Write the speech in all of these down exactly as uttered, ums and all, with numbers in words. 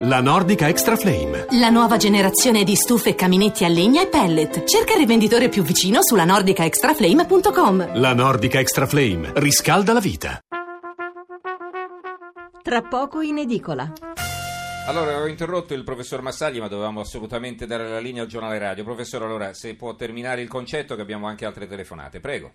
La Nordica Extra Flame. La nuova generazione di stufe e caminetti a legna e pellet. Cerca il rivenditore più vicino sulla nordica extra flame punto com. La Nordica Extra Flame riscalda la vita. Tra poco in edicola. Allora, ho interrotto il professor Massagli, ma dovevamo assolutamente dare la linea al giornale radio. Professore, allora, se può terminare il concetto, che abbiamo anche altre telefonate. Prego.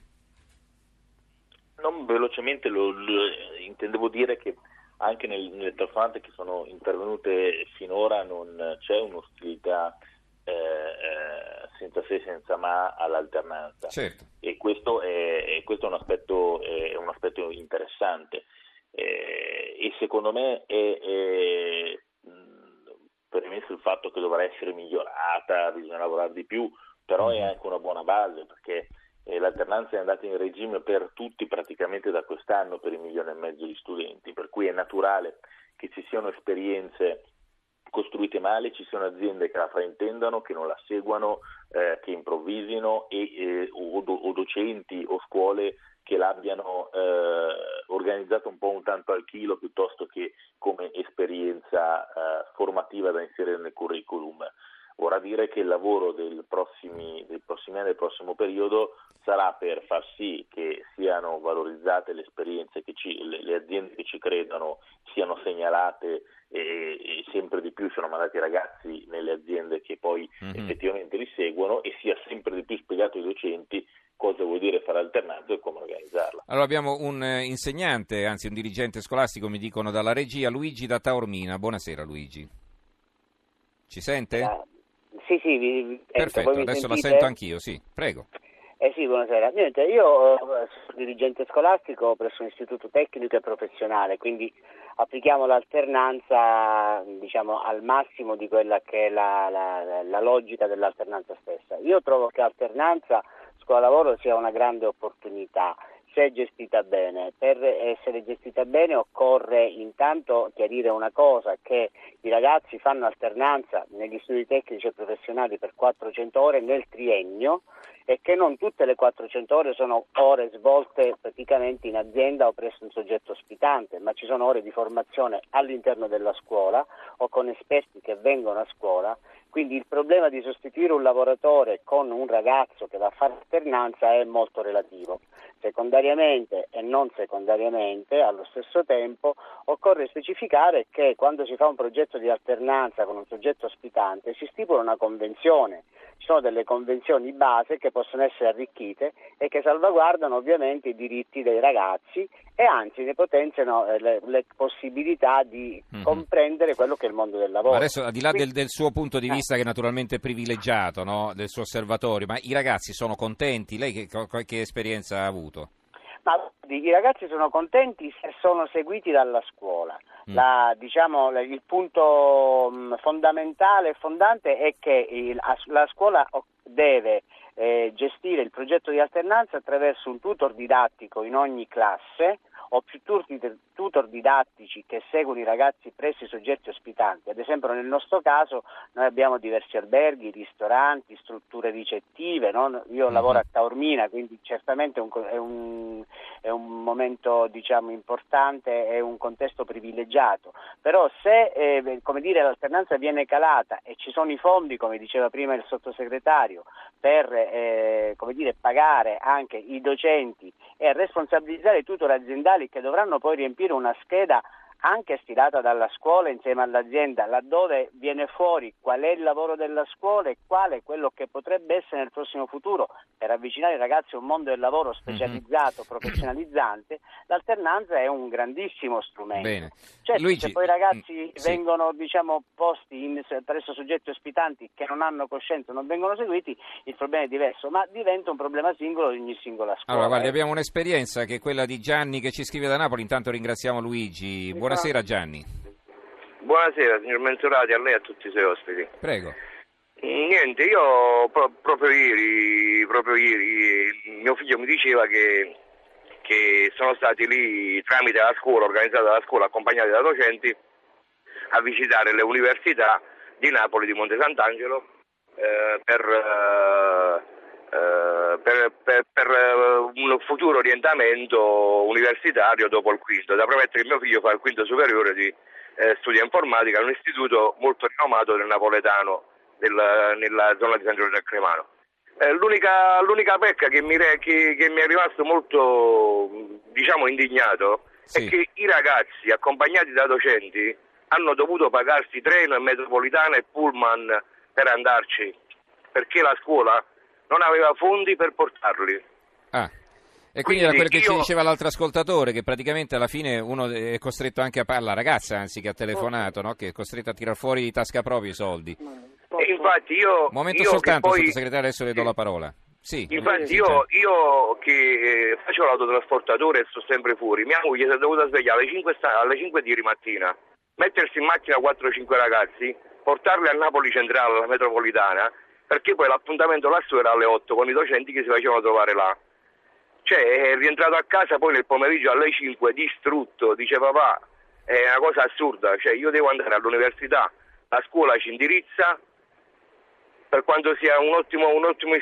Non velocemente, lo, lo intendevo dire che anche nel, nelle telefonate che sono intervenute finora non c'è un'ostilità eh, eh, senza se senza ma all'alternanza. Certo. E questo è, questo è un aspetto è un aspetto interessante eh, e secondo me è, è premesso il fatto che dovrà essere migliorata, bisogna lavorare di più, però è anche una buona base, perché eh, l'alternanza è andata in regime per tutti praticamente da quest'anno, per il milione e mezzo di studenti, per cui è naturale che ci siano esperienze costruite male, ci siano aziende che la fraintendano, che non la seguano, eh, che improvvisino e, eh, o, o docenti o scuole che l'abbiano eh, organizzato un po' un tanto al chilo piuttosto che come esperienza eh, formativa da inserire nel curriculum. Vorrà dire che il lavoro del prossimi, dei prossimi anni, del prossimo periodo, sarà per far sì che siano valorizzate le esperienze, che ci, le, le aziende che ci credono siano segnalate e, e sempre di più siano mandati i ragazzi nelle aziende che poi mm-hmm. effettivamente li seguono, e sia sempre di più spiegato ai docenti cosa vuol dire fare alternanza e come organizzarla. Allora abbiamo un eh, insegnante, anzi un dirigente scolastico, mi dicono dalla regia, Luigi da Taormina. Buonasera Luigi. Ci sente? Ah, sì, sì, vi, vi Perfetto, sento. adesso sentite? la sento anch'io, sì, prego. Eh sì, buonasera. Niente, io eh, sono dirigente scolastico presso un istituto tecnico e professionale, quindi applichiamo l'alternanza, diciamo, al massimo di quella che è la, la, la logica dell'alternanza stessa. Io trovo che l'alternanza scuola-lavoro sia una grande opportunità, se gestita bene. Per essere gestita bene occorre intanto chiarire una cosa, che i ragazzi fanno alternanza negli studi tecnici e professionali per quattrocento ore nel triennio, e che non tutte le quattrocento ore sono ore svolte praticamente in azienda o presso un soggetto ospitante, ma ci sono ore di formazione all'interno della scuola o con esperti che vengono a scuola. Quindi il problema di sostituire un lavoratore con un ragazzo che va a fare alternanza è molto relativo. Secondariamente e non secondariamente, allo stesso tempo, occorre specificare che quando si fa un progetto di alternanza con un soggetto ospitante si stipula una convenzione. Ci sono delle convenzioni base che possono essere arricchite e che salvaguardano ovviamente i diritti dei ragazzi e anzi ne potenziano eh, le, le possibilità di mm-hmm. comprendere quello che è il mondo del lavoro. Adesso, al di là Quindi, del, del suo punto di vista, eh. che naturalmente è privilegiato, no? Del suo osservatorio, ma i ragazzi sono contenti? Lei che, che esperienza ha avuto? Ma i ragazzi sono contenti se sono seguiti dalla scuola. Mm. La, diciamo, il punto fondamentale e fondante è che il, la scuola deve eh, gestire il progetto di alternanza attraverso un tutor didattico in ogni classe o più tutor didattici che seguono i ragazzi presso i soggetti ospitanti. Ad esempio nel nostro caso noi abbiamo diversi alberghi, ristoranti, strutture ricettive, no? Io mm-hmm. lavoro a Taormina, quindi certamente è un, è un, è un momento, diciamo, importante, è un contesto privilegiato, però se eh, come dire, l'alternanza viene calata e ci sono i fondi, come diceva prima il sottosegretario, per eh, come dire, pagare anche i docenti e responsabilizzare i tutor aziendali che dovranno poi riempire una scheda anche stilata dalla scuola insieme all'azienda, laddove viene fuori qual è il lavoro della scuola e quale è quello che potrebbe essere nel prossimo futuro per avvicinare i ragazzi a un mondo del lavoro specializzato, mm-hmm. professionalizzante. L'alternanza è un grandissimo strumento. Bene. Certo, Luigi, se poi i ragazzi sì. vengono, diciamo, posti in, presso soggetti ospitanti che non hanno coscienza, non vengono seguiti, il problema è diverso, ma diventa un problema singolo di ogni singola scuola. Allora, guardi, eh. abbiamo un'esperienza che è quella di Gianni che ci scrive da Napoli. Intanto ringraziamo Luigi. Buonasera Gianni. Buonasera signor Mensurati, a lei e a tutti i suoi ospiti. Prego. Niente, io pro- proprio ieri, proprio ieri mio figlio mi diceva che, che sono stati lì tramite la scuola, organizzata dalla scuola, accompagnati da docenti, a visitare le università di Napoli, di Monte Sant'Angelo, eh, per... Eh, Uh, per, per, per uh, un futuro orientamento universitario dopo il quinto. Da premettere che mio figlio fa il quinto superiore di, eh, studia informatica in un istituto molto rinomato del napoletano, del, nella zona di San Giorgio al Cremano. Eh, l'unica, l'unica pecca che mi, re, che, che mi è rimasto molto, diciamo, indignato sì. è che i ragazzi accompagnati da docenti hanno dovuto pagarsi treno e metropolitana e pullman per andarci, perché la scuola non aveva fondi per portarli. Ah. E quindi, quindi era quello che io... ci diceva l'altro ascoltatore, che praticamente alla fine uno è costretto anche a parlare, la ragazza anzi che ha telefonato, no? Che è costretta a tirar fuori di tasca propria i soldi. E infatti io... Un momento io soltanto, poi... sottosegretario, adesso le do la parola. Sì. Infatti sì, io, certo. io che eh, facevo l'autotrasportatore e sto sempre fuori, mia moglie si è dovuta svegliare alle cinque, alle cinque di mattina, mettersi in macchina quattro cinque ragazzi, portarli a Napoli Centrale, alla metropolitana, perché poi l'appuntamento lassù era alle otto con i docenti che si facevano trovare là. Cioè è rientrato a casa poi nel pomeriggio alle cinque distrutto, dice papà, è una cosa assurda, cioè io devo andare all'università, la scuola ci indirizza, per quanto sia un ottimo, un ottimo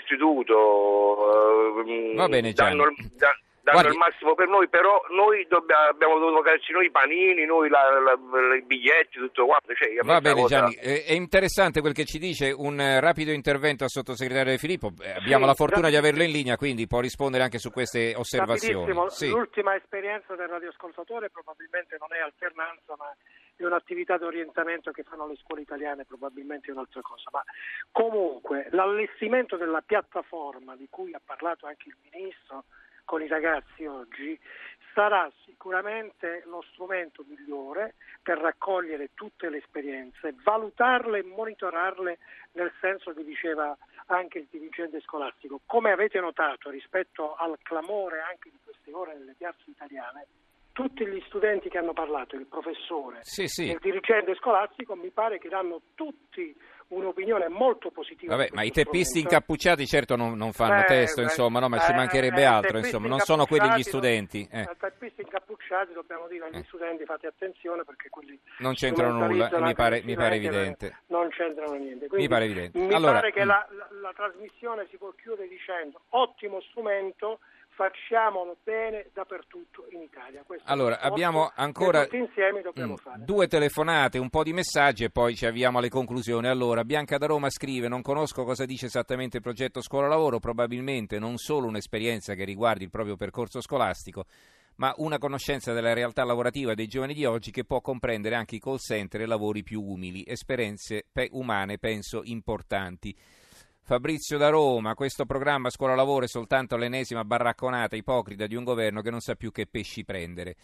istituto, va bene, danno, da, danno il massimo per noi, però noi dobbiamo, abbiamo dovuto pagarci noi i panini, noi la, la, la, i biglietti, tutto quanto. Cioè, va bene cosa... Gianni, è interessante quel che ci dice, un rapido intervento al sottosegretario De Filippo, abbiamo sì, la fortuna di averlo in linea, quindi può rispondere anche su queste osservazioni. Sì. L'ultima esperienza del radioascoltatore probabilmente non è alternanza, ma è un'attività di orientamento che fanno le scuole italiane, probabilmente è un'altra cosa, ma comunque l'allestimento della piattaforma di cui ha parlato anche il Ministro con i ragazzi oggi sarà sicuramente lo strumento migliore per raccogliere tutte le esperienze, valutarle e monitorarle nel senso che diceva anche il dirigente scolastico. Come avete notato rispetto al clamore anche di queste ore nelle piazze italiane, tutti gli studenti che hanno parlato, il professore sì, sì. e il dirigente scolastico, mi pare che danno tutti un'opinione molto positiva. Vabbè, ma i teppisti strumento. incappucciati certo non, non fanno beh, testo, beh, insomma, no, ma eh, ci mancherebbe eh, altro, insomma, non sono quelli gli studenti. I eh. teppisti incappucciati dobbiamo dire agli eh. studenti fate attenzione perché quelli non c'entrano nulla, e mi pare, mi pare evidente. Non c'entrano niente. Quindi mi pare evidente. Mi allora, pare che mh. la, la, la trasmissione si può chiudere dicendo ottimo strumento, facciamolo bene dappertutto in Italia. Questo allora, abbiamo ancora tutti insieme dobbiamo mh, fare. due telefonate, un po' di messaggi e poi ci avviamo alle conclusioni. Allora, Bianca da Roma scrive: non conosco cosa dice esattamente il progetto scuola-lavoro, probabilmente non solo un'esperienza che riguardi il proprio percorso scolastico, ma una conoscenza della realtà lavorativa dei giovani di oggi che può comprendere anche i call center e lavori più umili, esperienze pe- umane penso importanti. Fabrizio da Roma: questo programma scuola-lavoro è soltanto l'ennesima barracconata ipocrita di un governo che non sa più che pesci prendere.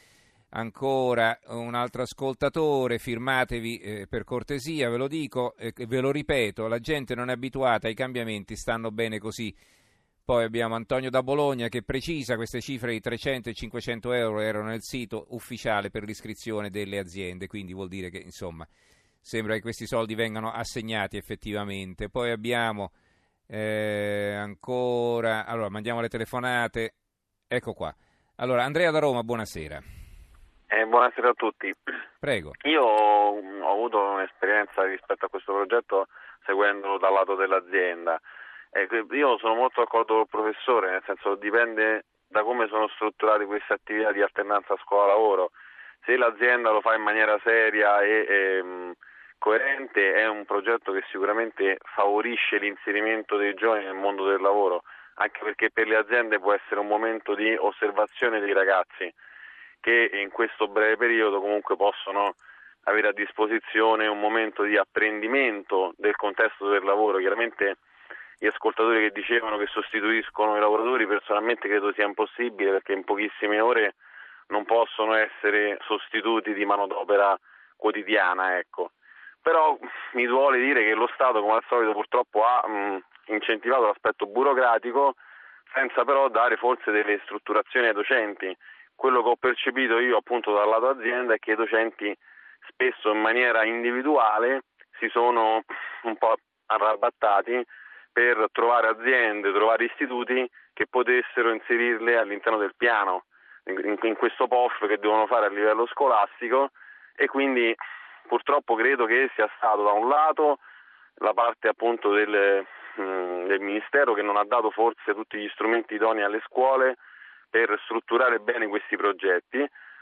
Ancora un altro ascoltatore: firmatevi eh, per cortesia, ve lo dico, eh, ve lo ripeto, la gente non è abituata ai cambiamenti, stanno bene così. Poi abbiamo Antonio da Bologna che precisa: queste cifre di trecento e cinquecento euro erano nel sito ufficiale per l'iscrizione delle aziende, quindi vuol dire che insomma sembra che questi soldi vengano assegnati effettivamente. Poi abbiamo Eh, ancora, allora mandiamo le telefonate, ecco qua. Allora, Andrea da Roma, buonasera. Eh, buonasera a tutti. Prego. Io ho avuto un'esperienza rispetto a questo progetto seguendolo dal lato dell'azienda. Eh, io sono molto d'accordo col professore, nel senso dipende da come sono strutturate queste attività di alternanza scuola-lavoro. Se l'azienda lo fa in maniera seria e... e coerente, è un progetto che sicuramente favorisce l'inserimento dei giovani nel mondo del lavoro, anche perché per le aziende può essere un momento di osservazione dei ragazzi che in questo breve periodo comunque possono avere a disposizione un momento di apprendimento del contesto del lavoro. Chiaramente gli ascoltatori che dicevano che sostituiscono i lavoratori, personalmente credo sia impossibile, perché in pochissime ore non possono essere sostituti di manodopera quotidiana, ecco. Però mi duole dire che lo Stato, come al solito, purtroppo ha mh, incentivato l'aspetto burocratico senza però dare forse delle strutturazioni ai docenti. Quello che ho percepito io appunto dal lato azienda è che i docenti spesso in maniera individuale si sono un po' arrabattati per trovare aziende, trovare istituti che potessero inserirle all'interno del piano, in, in questo P O F che devono fare a livello scolastico, e quindi purtroppo credo che sia stato da un lato la parte appunto del, mh, del Ministero che non ha dato forse tutti gli strumenti idonei alle scuole per strutturare bene questi progetti,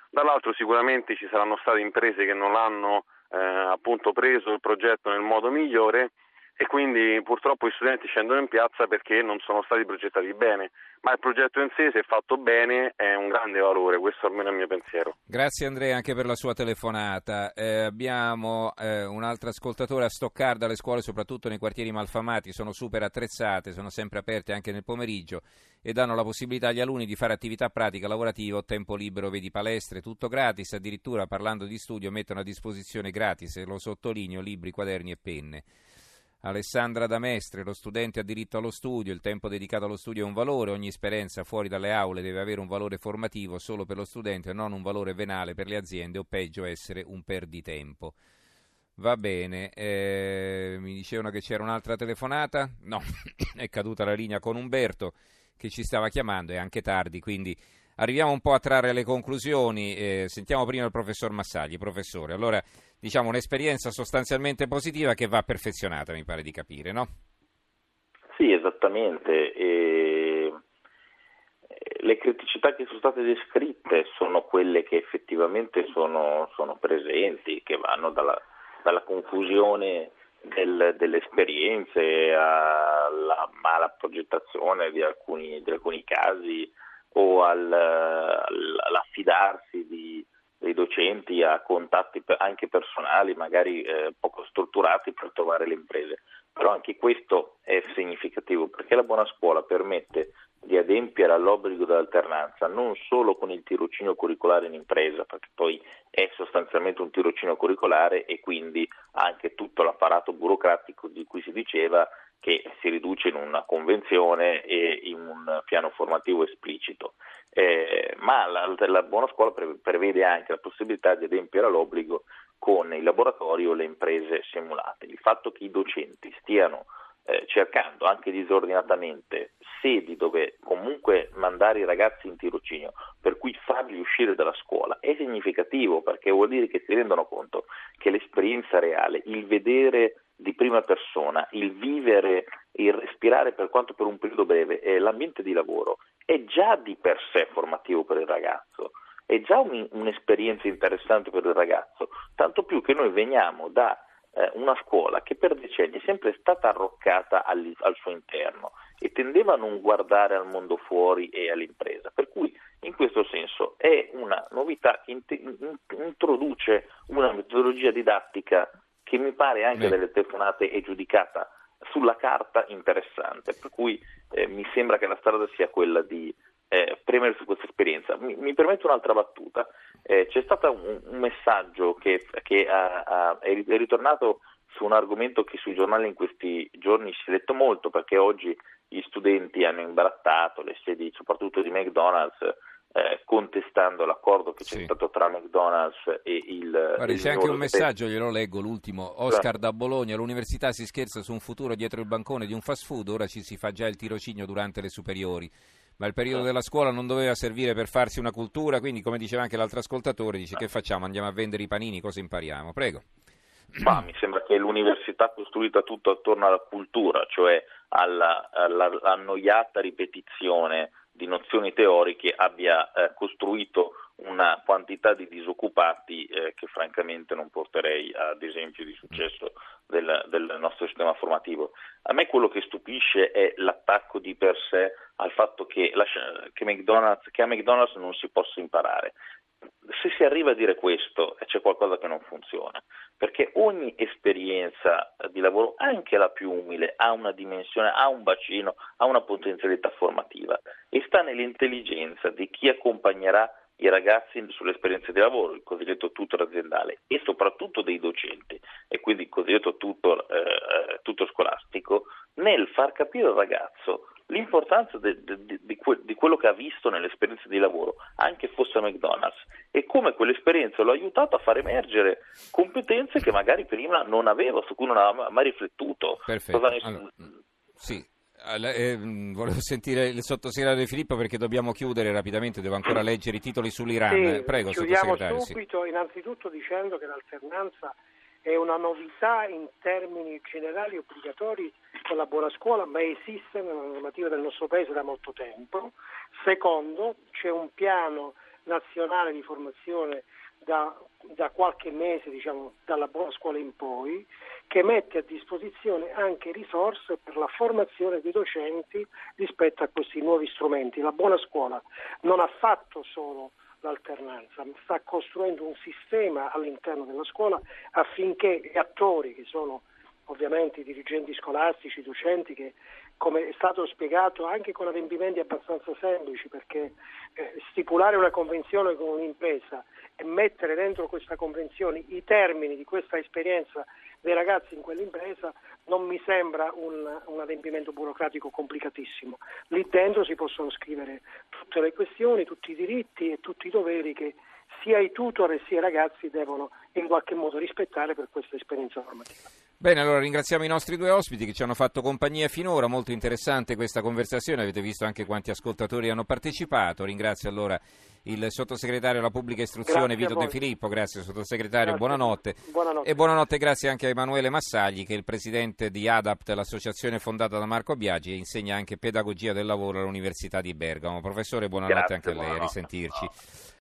dall'altro sicuramente ci saranno state imprese che non hanno eh, appunto preso il progetto nel modo migliore e quindi purtroppo gli studenti scendono in piazza perché non sono stati progettati bene, ma il progetto in sé, se fatto bene, è un grande valore, questo almeno è il mio pensiero. Grazie Andrea anche per la sua telefonata. Eh, abbiamo eh, un altro ascoltatore a Stoccarda. Le scuole, soprattutto nei quartieri malfamati, sono super attrezzate, sono sempre aperte anche nel pomeriggio e danno la possibilità agli alunni di fare attività pratica, lavorativa o tempo libero, vedi palestre, tutto gratis, addirittura parlando di studio mettono a disposizione gratis, e lo sottolineo, libri, quaderni e penne. Alessandra da Mestre, lo studente ha diritto allo studio, il tempo dedicato allo studio è un valore, ogni esperienza fuori dalle aule deve avere un valore formativo solo per lo studente e non un valore venale per le aziende o peggio essere un perditempo. Va bene, eh, mi dicevano che c'era un'altra telefonata, no, è caduta la linea con Umberto che ci stava chiamando, è anche tardi, quindi arriviamo un po' a trarre le conclusioni. Eh, sentiamo prima il professor Massagli. Professore, allora diciamo un'esperienza sostanzialmente positiva che va perfezionata, mi pare di capire, no? Sì, esattamente. E le criticità che sono state descritte sono quelle che effettivamente sono, sono presenti, che vanno dalla, dalla confusione del, delle esperienze alla mala progettazione di alcuni, di alcuni casi, o al, all'affidarsi di, dei docenti a contatti anche personali, magari eh, poco strutturati per trovare le imprese. Però anche questo è significativo, perché la buona scuola permette di adempiere all'obbligo dell'alternanza non solo con il tirocinio curricolare in impresa, perché poi è sostanzialmente un tirocinio curricolare e quindi anche tutto l'apparato burocratico di cui si diceva, che si riduce in una convenzione e in un piano formativo esplicito, eh, ma la, la buona scuola pre- prevede anche la possibilità di adempiere all'obbligo con i laboratori o le imprese simulate. Il fatto che i docenti stiano eh, cercando anche disordinatamente sedi dove comunque mandare i ragazzi in tirocinio, per cui farli uscire dalla scuola, è significativo, perché vuol dire che si rendono conto che l'esperienza reale, il vedere di prima persona, il vivere, il respirare per quanto per un periodo breve eh, l'ambiente di lavoro è già di per sé formativo per il ragazzo, è già un, un'esperienza interessante per il ragazzo, tanto più che noi veniamo da eh, una scuola che per decenni è sempre stata arroccata al, al suo interno e tendeva a non guardare al mondo fuori e all'impresa, per cui in questo senso è una novità che int- introduce una metodologia didattica che mi pare anche Beh. delle telefonate è giudicata sulla carta interessante, per cui eh, mi sembra che la strada sia quella di eh, premere su questa esperienza. Mi, mi permetto un'altra battuta, eh, c'è stato un, un messaggio che, che ha, ha, è ritornato su un argomento che sui giornali in questi giorni si è letto molto, perché oggi gli studenti hanno imbrattato le sedi soprattutto di McDonald's, Eh, contestando l'accordo che c'è sì. stato tra McDonald's e il... Guarda, il c'è anche un messaggio, glielo leggo, l'ultimo. Oscar da Bologna: all'università si scherza su un futuro dietro il bancone di un fast food, ora ci si fa già il tirocinio durante le superiori, ma il periodo della scuola non doveva servire per farsi una cultura, quindi come diceva anche l'altro ascoltatore, dice: che facciamo, andiamo a vendere i panini, cosa impariamo? Prego. Ma mi sembra che l'università costruita tutto attorno alla cultura, cioè alla, alla annoiata ripetizione di nozioni teoriche, abbia eh, costruito una quantità di disoccupati eh, che francamente non porterei ad esempio di successo del, del nostro sistema formativo. A me quello che stupisce è l'attacco di per sé al fatto che, la, che, McDonald's, che a McDonald's non si possa imparare. Se si arriva a dire questo, c'è qualcosa che non funziona, perché ogni esperienza di lavoro, anche la più umile, ha una dimensione, ha un bacino, ha una potenzialità formativa e sta nell'intelligenza di chi accompagnerà i ragazzi sulle esperienze di lavoro, il cosiddetto tutor aziendale, e soprattutto dei docenti, e quindi il cosiddetto tutor, eh, tutor scolastico, nel far capire al ragazzo l'importanza de, de, de, di, que, di quello che ha visto nelle esperienze di lavoro, anche fosse a McDonald's, e come quell'esperienza lo ha aiutato a far emergere competenze che magari prima non aveva, su cui non aveva mai riflettuto. Perfetto. Cosa ne... allora, sì. Eh, volevo sentire il sottosegretario De Filippo, perché dobbiamo chiudere rapidamente, devo ancora leggere i titoli sull'Iran. Sì, prego, chiudiamo sottosegretario. subito, sì. Innanzitutto dicendo che l'alternanza è una novità in termini generali obbligatori con la buona scuola, ma esiste nella normativa del nostro Paese da molto tempo. Secondo, c'è un piano nazionale di formazione da, da qualche mese, diciamo dalla buona scuola in poi, che mette a disposizione anche risorse per la formazione dei docenti rispetto a questi nuovi strumenti. La buona scuola non ha fatto solo l'alternanza, ma sta costruendo un sistema all'interno della scuola affinché gli attori, che sono ovviamente i dirigenti scolastici, i docenti, che come è stato spiegato anche con adempimenti abbastanza semplici, perché eh, stipulare una convenzione con un'impresa e mettere dentro questa convenzione i termini di questa esperienza dei ragazzi in quell'impresa non mi sembra un, un adempimento burocratico complicatissimo. Lì dentro si possono scrivere tutte le questioni, tutti i diritti e tutti i doveri che sia i tutor e sia i ragazzi devono in qualche modo rispettare per questa esperienza formativa. Bene, allora ringraziamo i nostri due ospiti che ci hanno fatto compagnia finora, molto interessante questa conversazione, avete visto anche quanti ascoltatori hanno partecipato. Ringrazio allora il sottosegretario alla pubblica istruzione Grazie Vito De Filippo, grazie sottosegretario, Grazie. buonanotte. Buonanotte. E buonanotte grazie anche a Emanuele Massagli, che è il presidente di ADAPT, l'associazione fondata da Marco Biagi e insegna anche pedagogia del lavoro all'Università di Bergamo. Professore, buonanotte Grazie, anche a lei, a buonanotte. risentirci.